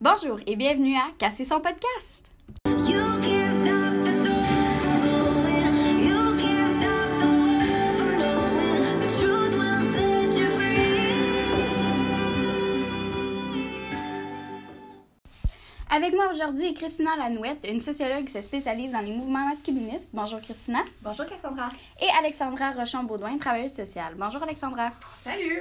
Bonjour et bienvenue à Casser son podcast! Avec moi aujourd'hui, Christina Lanouette, une sociologue qui se spécialise dans les mouvements masculinistes. Bonjour Christina. Bonjour Cassandra. Et Alexandra Rochon-Baudouin, travailleuse sociale. Bonjour Alexandra. Salut.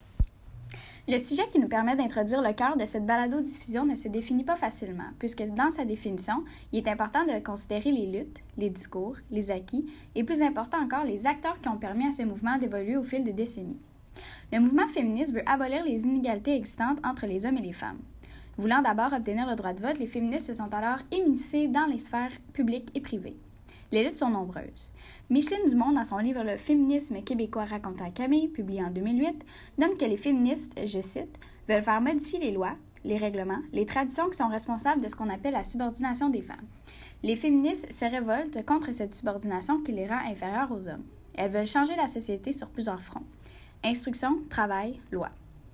Le sujet qui nous permet d'introduire le cœur de cette balado-diffusion ne se définit pas facilement, puisque dans sa définition, il est important de considérer les luttes, les discours, les acquis et plus important encore, les acteurs qui ont permis à ce mouvement d'évoluer au fil des décennies. Le mouvement féministe veut abolir les inégalités existantes entre les hommes et les femmes. Voulant d'abord obtenir le droit de vote, les féministes se sont alors émissées dans les sphères publiques et privées. Les luttes sont nombreuses. Micheline Dumont, dans son livre « Le féminisme québécois raconté à Camille », publié en 2008, nomme que les féministes, je cite, « veulent faire modifier les lois, les règlements, les traditions qui sont responsables de ce qu'on appelle la subordination des femmes. Les féministes se révoltent contre cette subordination qui les rend inférieures aux hommes. Elles veulent changer la société sur plusieurs fronts. Instruction, travail, loi. »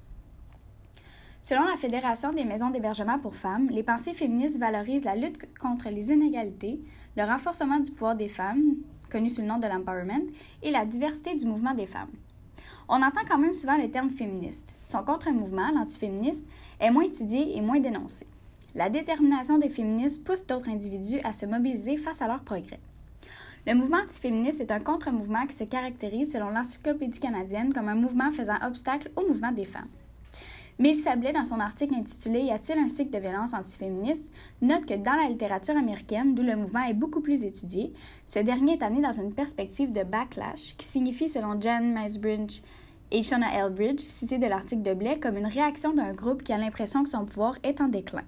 Selon la Fédération des maisons d'hébergement pour femmes, les pensées féministes valorisent la lutte contre les inégalités, le renforcement du pouvoir des femmes, connu sous le nom de l'empowerment, et la diversité du mouvement des femmes. On entend quand même souvent le terme féministe. Son contre-mouvement, l'antiféministe, est moins étudié et moins dénoncé. La détermination des féministes pousse d'autres individus à se mobiliser face à leurs progrès. Le mouvement antiféministe est un contre-mouvement qui se caractérise, selon l'Encyclopédie canadienne, comme un mouvement faisant obstacle au mouvement des femmes. Mille Sablé, dans son article intitulé « Y a-t-il un cycle de violence antiféministe ?», note que dans la littérature américaine, d'où le mouvement est beaucoup plus étudié, ce dernier est amené dans une perspective de backlash, qui signifie, selon Jan Maesbridge et Shona Elbridge, citée de l'article de Blais, comme une réaction d'un groupe qui a l'impression que son pouvoir est en déclin.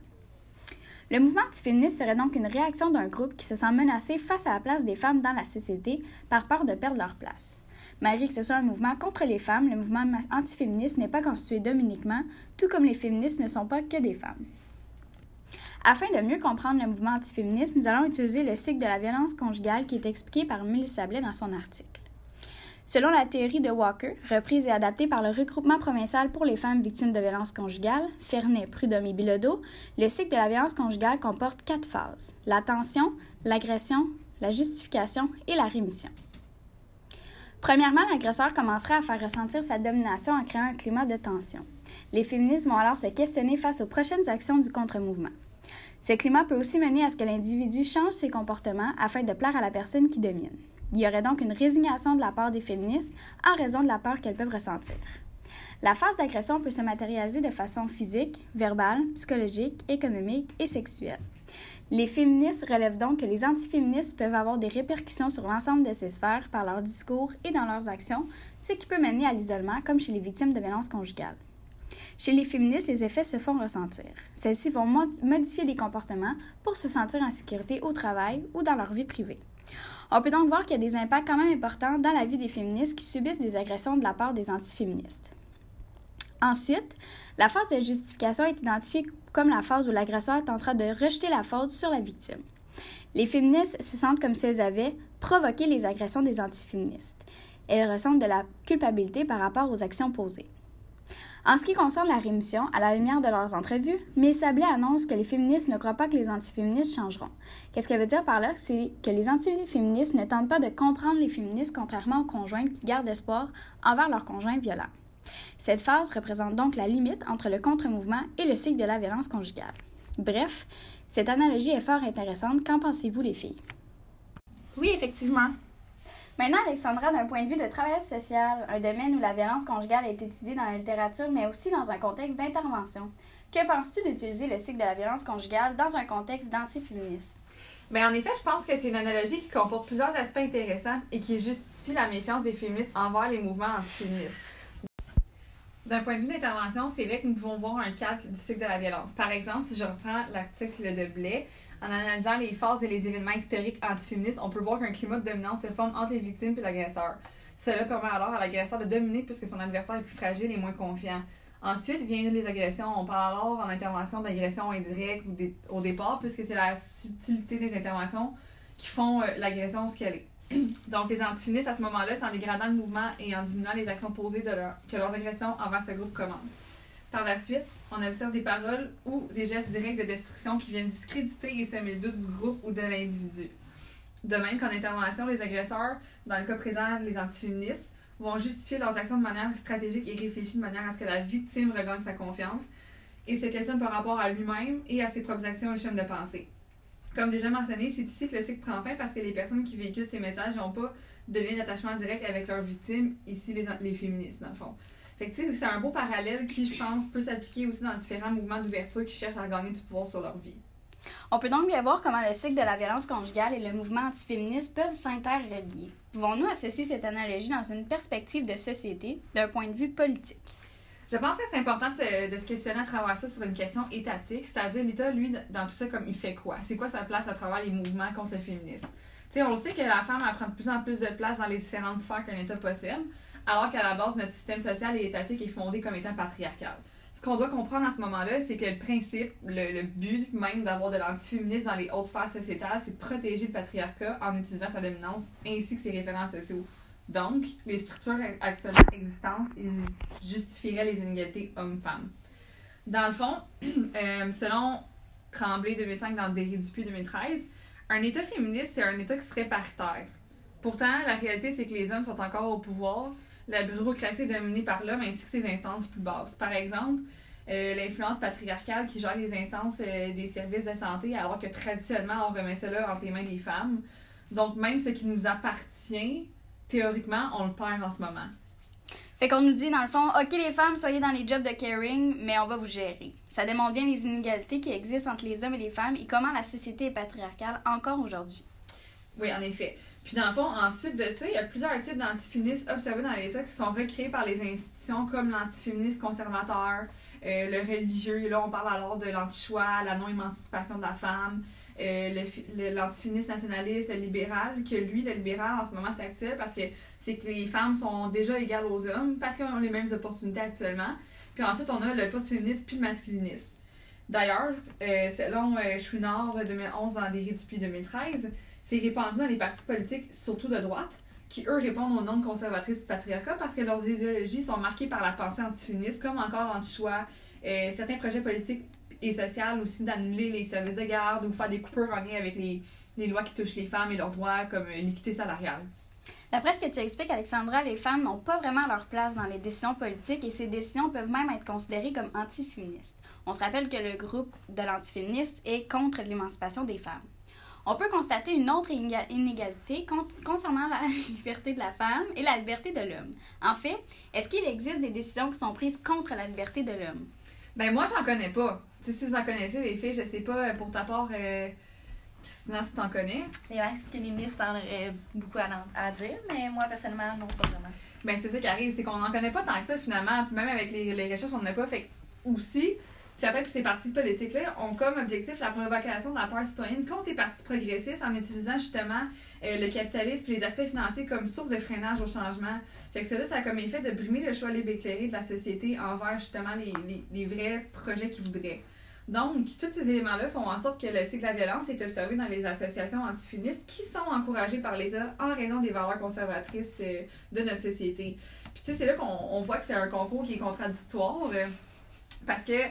Le mouvement antiféministe serait donc une réaction d'un groupe qui se sent menacé face à la place des femmes dans la société par peur de perdre leur place. Malgré que ce soit un mouvement contre les femmes, le mouvement antiféministe n'est pas constitué d'hommes uniquement, tout comme les féministes ne sont pas que des femmes. Afin de mieux comprendre le mouvement antiféministe, nous allons utiliser le cycle de la violence conjugale qui est expliqué par Mille Sablé dans son article. Selon la théorie de Walker, reprise et adaptée par le Regroupement provincial pour les femmes victimes de violences conjugales, Fernet, Prudhomme et Bilodeau, le cycle de la violence conjugale comporte 4 phases: la tension, l'agression, la justification et la rémission. Premièrement, l'agresseur commencerait à faire ressentir sa domination en créant un climat de tension. Les féministes vont alors se questionner face aux prochaines actions du contre-mouvement. Ce climat peut aussi mener à ce que l'individu change ses comportements afin de plaire à la personne qui domine. Il y aurait donc une résignation de la part des féministes en raison de la peur qu'elles peuvent ressentir. La phase d'agression peut se matérialiser de façon physique, verbale, psychologique, économique et sexuelle. Les féministes relèvent donc que les antiféministes peuvent avoir des répercussions sur l'ensemble de ces sphères par leurs discours et dans leurs actions, ce qui peut mener à l'isolement, comme chez les victimes de violences conjugales. Chez les féministes, les effets se font ressentir. Celles-ci vont modifier des comportements pour se sentir en sécurité au travail ou dans leur vie privée. On peut donc voir qu'il y a des impacts quand même importants dans la vie des féministes qui subissent des agressions de la part des antiféministes. Ensuite, la phase de justification est identifiée comme la phase où l'agresseur tentera de rejeter la faute sur la victime. Les féministes se sentent comme si elles avaient provoqué les agressions des antiféministes. Elles ressentent de la culpabilité par rapport aux actions posées. En ce qui concerne la rémission, à la lumière de leurs entrevues, Mille Sablé annonce que les féministes ne croient pas que les antiféministes changeront. Qu'est-ce qu'elle veut dire par là? C'est que les antiféministes ne tentent pas de comprendre les féministes contrairement aux conjointes qui gardent espoir envers leurs conjoints violents. Cette phase représente donc la limite entre le contre-mouvement et le cycle de la violence conjugale. Bref, cette analogie est fort intéressante. Qu'en pensez-vous, les filles? Oui, effectivement. Maintenant, Alexandra, d'un point de vue de travail social, un domaine où la violence conjugale est étudiée dans la littérature, mais aussi dans un contexte d'intervention, que penses-tu d'utiliser le cycle de la violence conjugale dans un contexte d'antiféministe? Bien, en effet, je pense que c'est une analogie qui comporte plusieurs aspects intéressants et qui justifie la méfiance des féministes envers les mouvements antiféministes. D'un point de vue d'intervention, c'est vrai que nous pouvons voir un calque du cycle de la violence. Par exemple, si je reprends l'article de Blais, en analysant les phases et les événements historiques antiféministes, on peut voir qu'un climat de dominance se forme entre les victimes et l'agresseur. Cela permet alors à l'agresseur de dominer puisque son adversaire est plus fragile et moins confiant. Ensuite viennent les agressions. On parle alors en intervention d'agression indirecte ou au départ, puisque c'est la subtilité des interventions qui font l'agression ce qu'elle est. Donc, les antiféministes, à ce moment-là, c'est en dégradant le mouvement et en diminuant les actions posées que leurs agressions envers ce groupe commencent. Par la suite, on observe des paroles ou des gestes directs de destruction qui viennent discréditer et semer le doute du groupe ou de l'individu. De même qu'en intervention, les agresseurs, dans le cas présent les antiféministes, vont justifier leurs actions de manière stratégique et réfléchie de manière à ce que la victime regagne sa confiance et se questionne par rapport à lui-même et à ses propres actions et chaînes de pensée. Comme déjà mentionné, c'est ici que le cycle prend fin parce que les personnes qui véhiculent ces messages n'ont pas de lien d'attachement direct avec leurs victimes, ici les féministes dans le fond. Fait que tu sais, c'est un beau parallèle qui, je pense, peut s'appliquer aussi dans différents mouvements d'ouverture qui cherchent à gagner du pouvoir sur leur vie. On peut donc bien voir comment le cycle de la violence conjugale et le mouvement antiféministe peuvent s'interrelier. Pouvons-nous associer cette analogie dans une perspective de société, d'un point de vue politique? Je pense que c'est important de se questionner à travers ça sur une question étatique, c'est-à-dire l'État, lui, dans tout ça, comme il fait quoi? C'est quoi sa place à travers les mouvements contre le féminisme? Tu sais, on sait que la femme elle prend de plus en plus de place dans les différentes sphères qu'un État possède, alors qu'à la base, notre système social et étatique est fondé comme étant patriarcal. Ce qu'on doit comprendre à ce moment-là, c'est que le principe, le but même d'avoir de l'antiféminisme dans les hautes sphères sociétales, c'est de protéger le patriarcat en utilisant sa dominance ainsi que ses référents sociaux. Donc, les structures actuellement existantes justifieraient les inégalités hommes-femmes. Dans le fond, selon Tremblay 2005 dans Derry Dupuis 2013, un État féministe, c'est un État qui serait paritaire. Pourtant, la réalité, c'est que les hommes sont encore au pouvoir, la bureaucratie est dominée par l'homme ainsi que ses instances plus basses. Par exemple, l'influence patriarcale qui gère les instances des services de santé, alors que traditionnellement, on remet cela entre les mains des femmes. Donc, même ce qui nous appartient, théoriquement, on le perd en ce moment. Fait qu'on nous dit, dans le fond, OK, les femmes, soyez dans les jobs de caring, mais on va vous gérer. Ça démontre bien les inégalités qui existent entre les hommes et les femmes et comment la société est patriarcale encore aujourd'hui. Oui, en effet. Puis dans le fond, ensuite de ça, il y a plusieurs types d'antiféministes observés dans l'État qui sont recréés par les institutions comme l'antiféministe conservateur, le religieux. Là, on parle alors de l'anti-choix, la non-émancipation de la femme, l'antiféministe nationaliste, le libéral, que lui, le libéral, en ce moment, c'est actuel parce que c'est que les femmes sont déjà égales aux hommes parce qu'ils ont les mêmes opportunités actuellement. Puis ensuite, on a le post-féministe puis le masculiniste. D'ailleurs, selon Chouinard 2011 dans Derry Dupuis 2013, c'est répandu dans les partis politiques, surtout de droite, qui, eux, répondent aux normes conservatrices du patriarcat parce que leurs idéologies sont marquées par la pensée antiféministe, comme encore anti-choix, certains projets politiques et sociaux aussi d'annuler les services de garde ou faire des coupures en lien avec les lois qui touchent les femmes et leurs droits, comme l'équité salariale. D'après ce que tu expliques, Alexandra, les femmes n'ont pas vraiment leur place dans les décisions politiques et ces décisions peuvent même être considérées comme antiféministes. On se rappelle que le groupe de l'antiféministe est contre l'émancipation des femmes. On peut constater une autre inégalité concernant la liberté de la femme et la liberté de l'homme. En fait, est-ce qu'il existe des décisions qui sont prises contre la liberté de l'homme? Ben moi, j'en connais pas. T'sais, si vous en connaissez, les filles, je sais pas, pour ta part, Christina, si t'en connais. Les masculinistes en auraient beaucoup à dire, mais moi, personnellement, non, pas vraiment. Ben c'est ça qui arrive, c'est qu'on n'en connaît pas tant que ça, finalement. Puis même avec les recherches, on n'en a pas. Fait aussi, certains de ces partis politiques-là ont comme objectif la provocation de la peur citoyenne contre les partis progressistes en utilisant justement le capitalisme et les aspects financiers comme source de freinage au changement. Fait que cela, ça a comme effet de brimer le choix libre éclairé de la société envers justement les vrais projets qu'ils voudraient. Donc, tous ces éléments-là font en sorte que le cycle de la violence est observé dans les associations antiféministes qui sont encouragées par l'État en raison des valeurs conservatrices de notre société. Puis tu sais, c'est là qu'on voit que c'est un concours qui est contradictoire parce que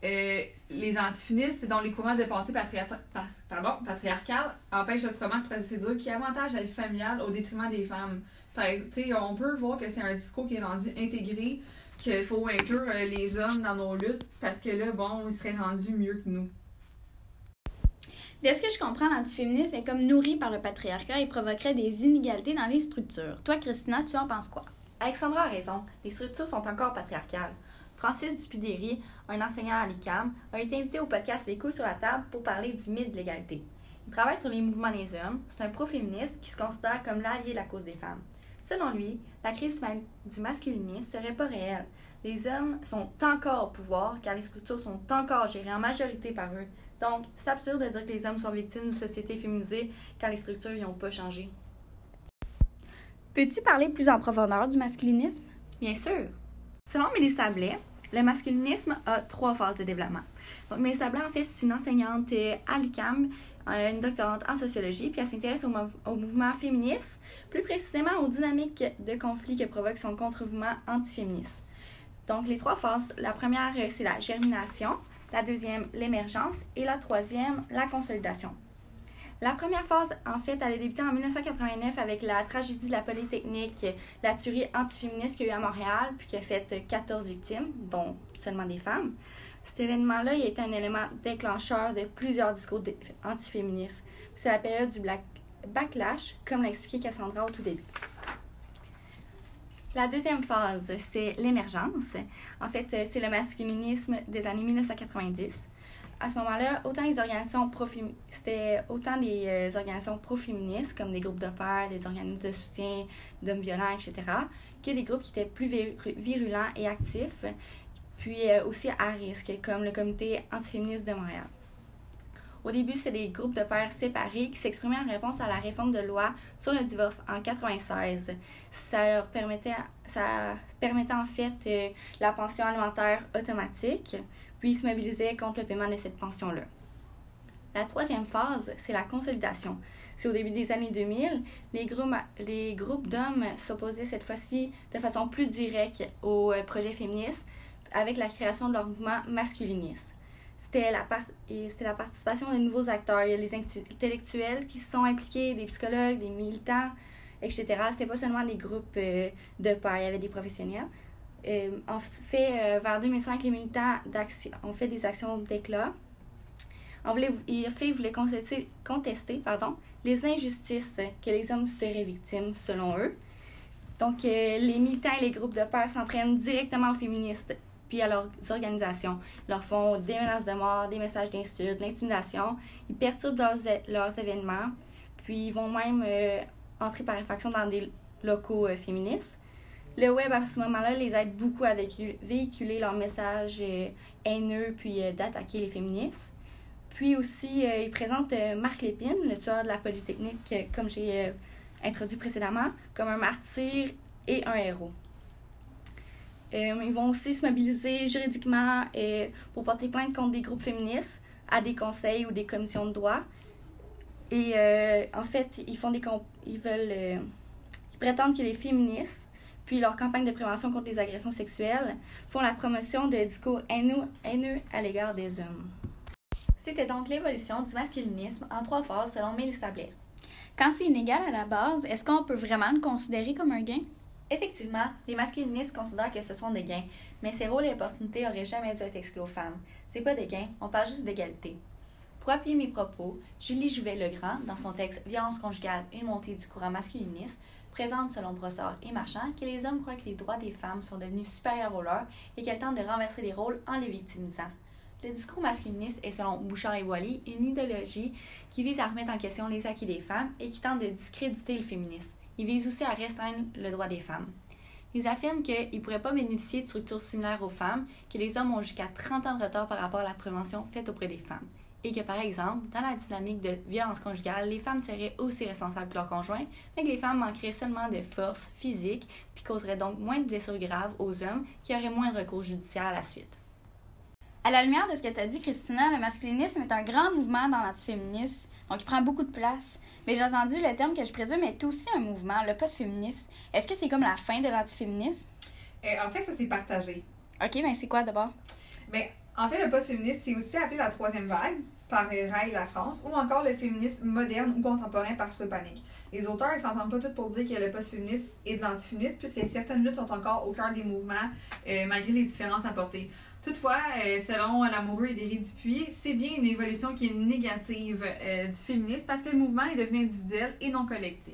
les antiféministes, dont les courants de pensée patriarcales, empêchent l'octroi de procédures qui avantagent la vie familiale au détriment des femmes. On peut voir que c'est un discours qui est rendu intégré, qu'il faut inclure les hommes dans nos luttes parce que là, bon, ils seraient rendus mieux que nous. De ce que je comprends, l'antiféminisme est comme nourri par le patriarcat et provoquerait des inégalités dans les structures. Toi, Christina, tu en penses quoi? Alexandra a raison. Les structures sont encore patriarcales. Francis Dupuis-Derry, un enseignant à l'UQAM, a été invité au podcast Les couilles sur la table pour parler du mythe de l'égalité. Il travaille sur les mouvements des hommes. C'est un pro-féministe qui se considère comme l'allié de la cause des femmes. Selon lui, la crise du masculinisme serait pas réelle. Les hommes sont encore au pouvoir car les structures sont encore gérées en majorité par eux. Donc, c'est absurde de dire que les hommes sont victimes d'une société féminisée quand les structures n'y ont pas changé. Peux-tu parler plus en profondeur du masculinisme? Bien sûr. Selon Mélissa Blais, le masculinisme a 3 phases de développement. Donc, Mélissa Blais, en fait, c'est une enseignante à l'UQAM, une doctorante en sociologie, puis elle s'intéresse au mouvement féministe, plus précisément aux dynamiques de conflit que provoque son contre-mouvement antiféministe. Donc, les 3 phases, la première, c'est la germination, la deuxième, l'émergence, et la troisième, la consolidation. La première phase, en fait, elle a débuté en 1989 avec la tragédie de la Polytechnique, la tuerie antiféministe qu'il y a eu à Montréal, puis qui a fait 14 victimes, dont seulement des femmes. Cet événement-là, il a été un élément déclencheur de plusieurs discours antiféministes. C'est la période du backlash, comme l'a expliqué Cassandra au tout début. La deuxième phase, c'est l'émergence. En fait, c'est le masculinisme des années 1990. À ce moment-là, c'était autant des organisations pro-féministes, comme des groupes de pères, des organismes de soutien d'hommes violents, etc., que des groupes qui étaient plus virulents et actifs, puis aussi à risque, comme le Comité antiféministe de Montréal. Au début, c'est des groupes de pères séparés qui s'exprimaient en réponse à la réforme de loi sur le divorce en 1996. Ça permettait en fait la pension alimentaire automatique, puis ils se mobilisaient contre le paiement de cette pension-là. La troisième phase, c'est la consolidation. C'est au début des années 2000, les groupes d'hommes s'opposaient cette fois-ci de façon plus directe au projet féministe avec la création de leur mouvement masculiniste. C'était la participation de nouveaux acteurs. Il y a les intellectuels qui se sont impliqués, des psychologues, des militants, etc. C'était pas seulement des groupes de pairs, il y avait des professionnels. En fait, vers 2005, les militants ont fait des actions d'éclat. Ils voulaient contester les injustices que les hommes seraient victimes, selon eux. Donc, les militants et les groupes de pairs s'en prennent directement aux féministes puis à leurs organisations. Ils leur font des menaces de mort, des messages d'insultes, de l'intimidation. Ils perturbent leurs événements, puis ils vont même entrer par effraction dans des locaux féministes. Le web, à ce moment-là, les aide beaucoup à véhiculer leurs messages haineux, puis d'attaquer les féministes. Puis aussi, ils présentent Marc Lépine, le tueur de la Polytechnique, comme j'ai introduit précédemment, comme un martyr et un héros. Ils vont aussi se mobiliser juridiquement pour porter plainte contre des groupes féministes à des conseils ou des commissions de droit. Et en fait, ils prétendent que les féministes, puis leur campagne de prévention contre les agressions sexuelles, font la promotion de discours haineux à l'égard des hommes. C'était donc l'évolution du masculinisme en 3 phases selon Mélissa Blair. Quand c'est inégal à la base, est-ce qu'on peut vraiment le considérer comme un gain? Effectivement, les masculinistes considèrent que ce sont des gains, mais ces rôles et opportunités n'auraient jamais dû être exclus aux femmes. C'est pas des gains, on parle juste d'égalité. Pour appuyer mes propos, Julie Jouvet-Legrand, dans son texte « Violence conjugale, une montée du courant masculiniste », présente selon Brossard et Marchand que les hommes croient que les droits des femmes sont devenus supérieurs aux leurs et qu'elles tentent de renverser les rôles en les victimisant. Le discours masculiniste est, selon Bouchard et Boily, une idéologie qui vise à remettre en question les acquis des femmes et qui tente de discréditer le féminisme. Il vise aussi à restreindre le droit des femmes. Ils affirment qu'ils ne pourraient pas bénéficier de structures similaires aux femmes, que les hommes ont jusqu'à 30 ans de retard par rapport à la prévention faite auprès des femmes. Et que, par exemple, dans la dynamique de violence conjugale, les femmes seraient aussi responsables de leur conjoint, mais que les femmes manqueraient seulement de force physique, puis causeraient donc moins de blessures graves aux hommes, qui auraient moins de recours judiciaire à la suite. À la lumière de ce que tu as dit, Christina, le masculinisme est un grand mouvement dans l'antiféminisme, donc il prend beaucoup de place. Mais j'ai entendu le terme que je présume est aussi un mouvement, le post-féministe. Est-ce que c'est comme la fin de l'antiféminisme? En fait, ça, c'est partagé. OK, mais c'est quoi d'abord? Mais en fait, le post-féministe, c'est aussi appelé la troisième vague par Ray La France, ou encore le féminisme moderne ou contemporain par Stepanek. Les auteurs ne s'entendent pas tous pour dire que le post-féminisme est de l'antiféminisme, puisque certaines luttes sont encore au cœur des mouvements, malgré les différences apportées. Toutefois, selon Lamoureux et Derry Dupuis, c'est bien une évolution qui est négative du féminisme parce que le mouvement est devenu individuel et non collectif.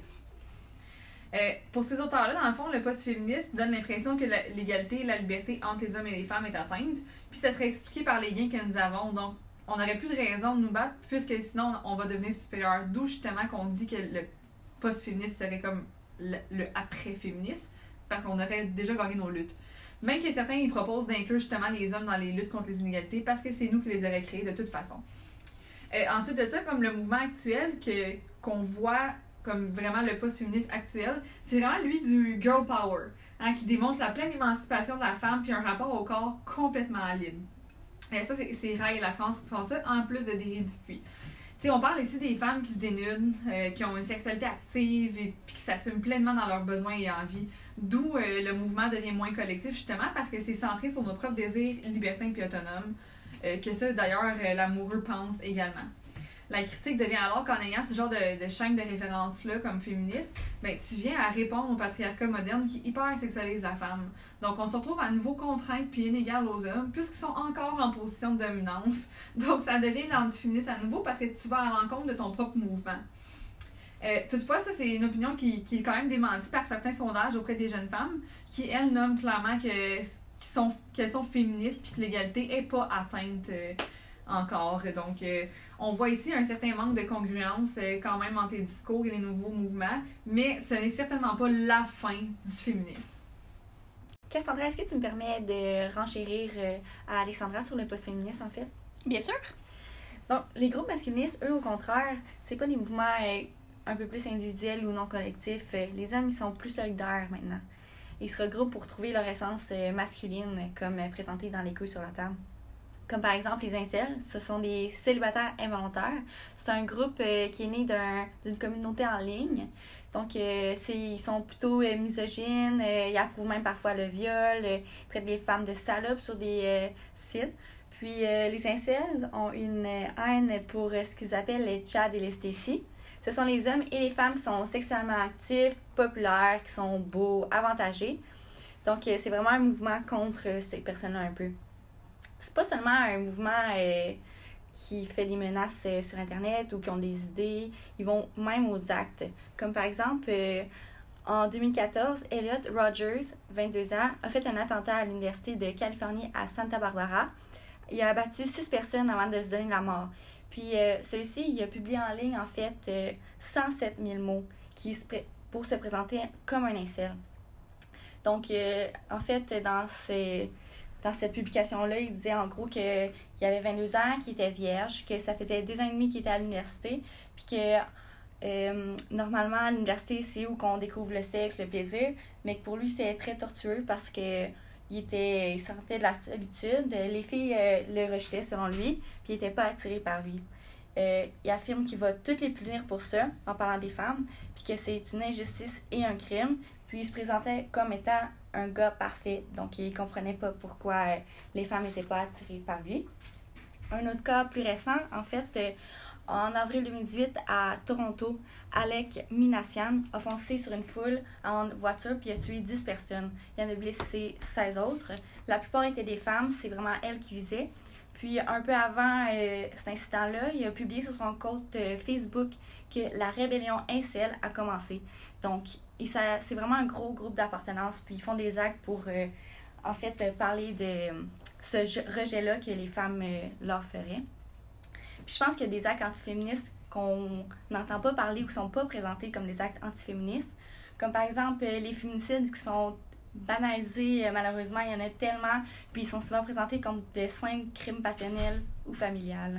Pour ces auteurs-là, dans le fond, le post-féministe donne l'impression que l'égalité et la liberté entre les hommes et les femmes est atteinte, puis ça serait expliqué par les gains que nous avons. Donc, on n'aurait plus de raison de nous battre, puisque sinon, on va devenir supérieur. D'où justement qu'on dit que le post-féministe serait comme le après-féministe, parce qu'on aurait déjà gagné nos luttes. Même que certains ils proposent d'inclure justement les hommes dans les luttes contre les inégalités parce que c'est nous qui les aurions créés de toute façon. Ensuite de ça, comme le mouvement actuel qu'on voit comme vraiment le post-féministe actuel, c'est vraiment lui du girl power, qui démontre la pleine émancipation de la femme puis un rapport au corps complètement libre. Et ça, c'est Ray et La France qui font ça, en plus de Derry Dupuis. sais, on parle ici des femmes qui se dénudent, qui ont une sexualité active et puis qui s'assument pleinement dans leurs besoins et envies. D'où le mouvement devient moins collectif, justement, parce que c'est centré sur nos propres désirs libertins puis autonomes. Que ça, d'ailleurs, l'amoureux pense également. La critique devient alors qu'en ayant ce genre de chaîne de référence-là comme féministe, ben, tu viens à répondre au patriarcat moderne qui hyper-sexualise la femme. Donc, on se retrouve à nouveau contrainte puis inégale aux hommes, puisqu'ils sont encore en position de dominance. Donc, ça devient l'antiféministe à nouveau parce que tu vas à l'encontre de ton propre mouvement. Toutefois, ça, c'est une opinion qui est quand même démentie par certains sondages auprès des jeunes femmes, qui, elles, nomment clairement qu'elles sont féministes puis que l'égalité n'est pas atteinte encore. Donc, on voit ici un certain manque de congruence quand même entre les discours et les nouveaux mouvements, mais ce n'est certainement pas la fin du féminisme. Cassandra, est-ce que tu me permets de renchérir à Alexandra sur le post-féminisme, en fait? Bien sûr. Donc, les groupes masculinistes, eux, au contraire, c'est pas des mouvements un peu plus individuels ou non collectifs. Les hommes, ils sont plus solidaires maintenant. Ils se regroupent pour trouver leur essence masculine, comme présenté dans les coups sur la table. Comme par exemple les incels, ce sont des célibataires involontaires. C'est un groupe qui est né d'une communauté en ligne. Donc, ils sont plutôt misogynes, ils approuvent même parfois le viol, ils traitent les femmes de salopes sur des sites. Puis, les incels ont une haine pour ce qu'ils appellent les Chad et les Stacy. Ce sont les hommes et les femmes qui sont sexuellement actifs, populaires, qui sont beaux, avantagés. Donc, c'est vraiment un mouvement contre ces personnes-là un peu. C'est pas seulement un mouvement qui fait des menaces sur Internet ou qui ont des idées, ils vont même aux actes. Comme par exemple, en 2014, Elliot Rogers, 22 ans, a fait un attentat à l'Université de Californie à Santa Barbara. Il a abattu 6 personnes avant de se donner la mort. Puis celui-ci, il a publié en ligne, en fait, 107 000 mots pour se présenter comme un incel. Donc, en fait, dans cette publication-là, il disait en gros qu'il avait 22 ans, qu'il était vierge, que ça faisait 2 ans et demi qu'il était à l'université, puis que normalement, à l'université, c'est où qu'on découvre le sexe, le plaisir, mais que pour lui, c'était très tortueux parce que il sentait de la solitude. Les filles le rejetaient selon lui, puis il n'était pas attiré par lui. Il affirme qu'il va toutes les punir pour ça, en parlant des femmes, puis que c'est une injustice et un crime. Puis il se présentait comme étant un gars parfait, donc il ne comprenait pas pourquoi les femmes n'étaient pas attirées par lui. Un autre cas plus récent, en fait, en avril 2018, à Toronto, Alec Minassian a foncé sur une foule en voiture puis a tué 10 personnes. Il en a blessé 16 autres. La plupart étaient des femmes, c'est vraiment elle qui visait. Puis un peu avant cet incident-là, il a publié sur son compte Facebook que la rébellion incel a commencé. Donc, c'est vraiment un gros groupe d'appartenance. Puis ils font des actes pour, en fait, parler de ce rejet-là que les femmes leur feraient. Puis je pense qu'il y a des actes antiféministes qu'on n'entend pas parler ou qui ne sont pas présentés comme des actes antiféministes. Comme par exemple les féminicides qui sont banalisés, malheureusement, il y en a tellement, puis ils sont souvent présentés comme de simples crimes passionnels ou familiales.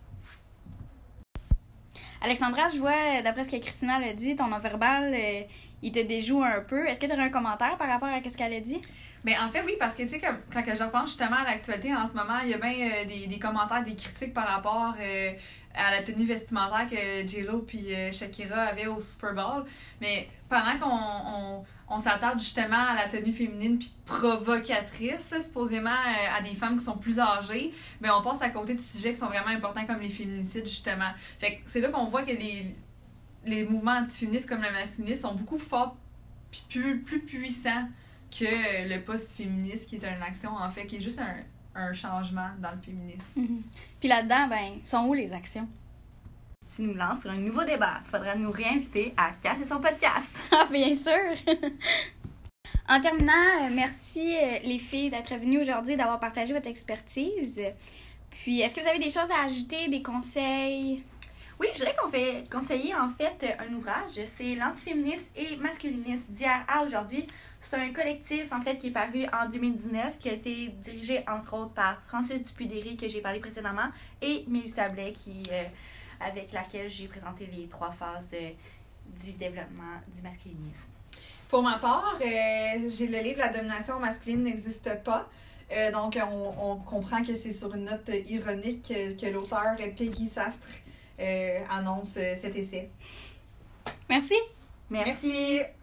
Alexandra, je vois, d'après ce que Christina l'a dit, ton non-verbal, il te déjoue un peu. Est-ce que tu aurais un commentaire par rapport à ce qu'elle a dit? Ben en fait, oui, parce que, tu sais, quand je repense justement à l'actualité en ce moment, il y a bien des commentaires, des critiques par rapport à la tenue vestimentaire que J-Lo puis Shakira avaient au Super Bowl. Mais pendant qu'on s'attarde justement à la tenue féminine puis provocatrice, là, supposément à des femmes qui sont plus âgées, ben on passe à côté de sujets qui sont vraiment importants comme les féminicides, justement. Fait que c'est là qu'on voit que les mouvements antiféministes comme le masculinisme sont beaucoup forts puis plus puissants que le post-féministe, qui est une action, en fait, qui est juste un changement dans le féminisme. Mm-hmm. Puis là-dedans, ben, sont où les actions? Tu nous lances sur un nouveau débat. Il faudra nous réinviter à Cass et son podcast. Ah, bien sûr! En terminant, merci les filles d'être venues aujourd'hui et d'avoir partagé votre expertise. Puis, est-ce que vous avez des choses à ajouter, des conseils? Oui, je dirais qu'on fait conseiller en fait un ouvrage. C'est L'antiféminisme et masculinisme d'hier à aujourd'hui. C'est un collectif en fait qui est paru en 2019, qui a été dirigé entre autres par Francis Dupuy-Derry, que j'ai parlé précédemment, et Mélissa Blais, avec laquelle j'ai présenté les 3 phases du développement du masculinisme. Pour ma part, j'ai le livre La domination masculine n'existe pas. Donc, on comprend que c'est sur une note ironique que l'auteur Peggy Sastre annonce cet essai. Merci! Merci.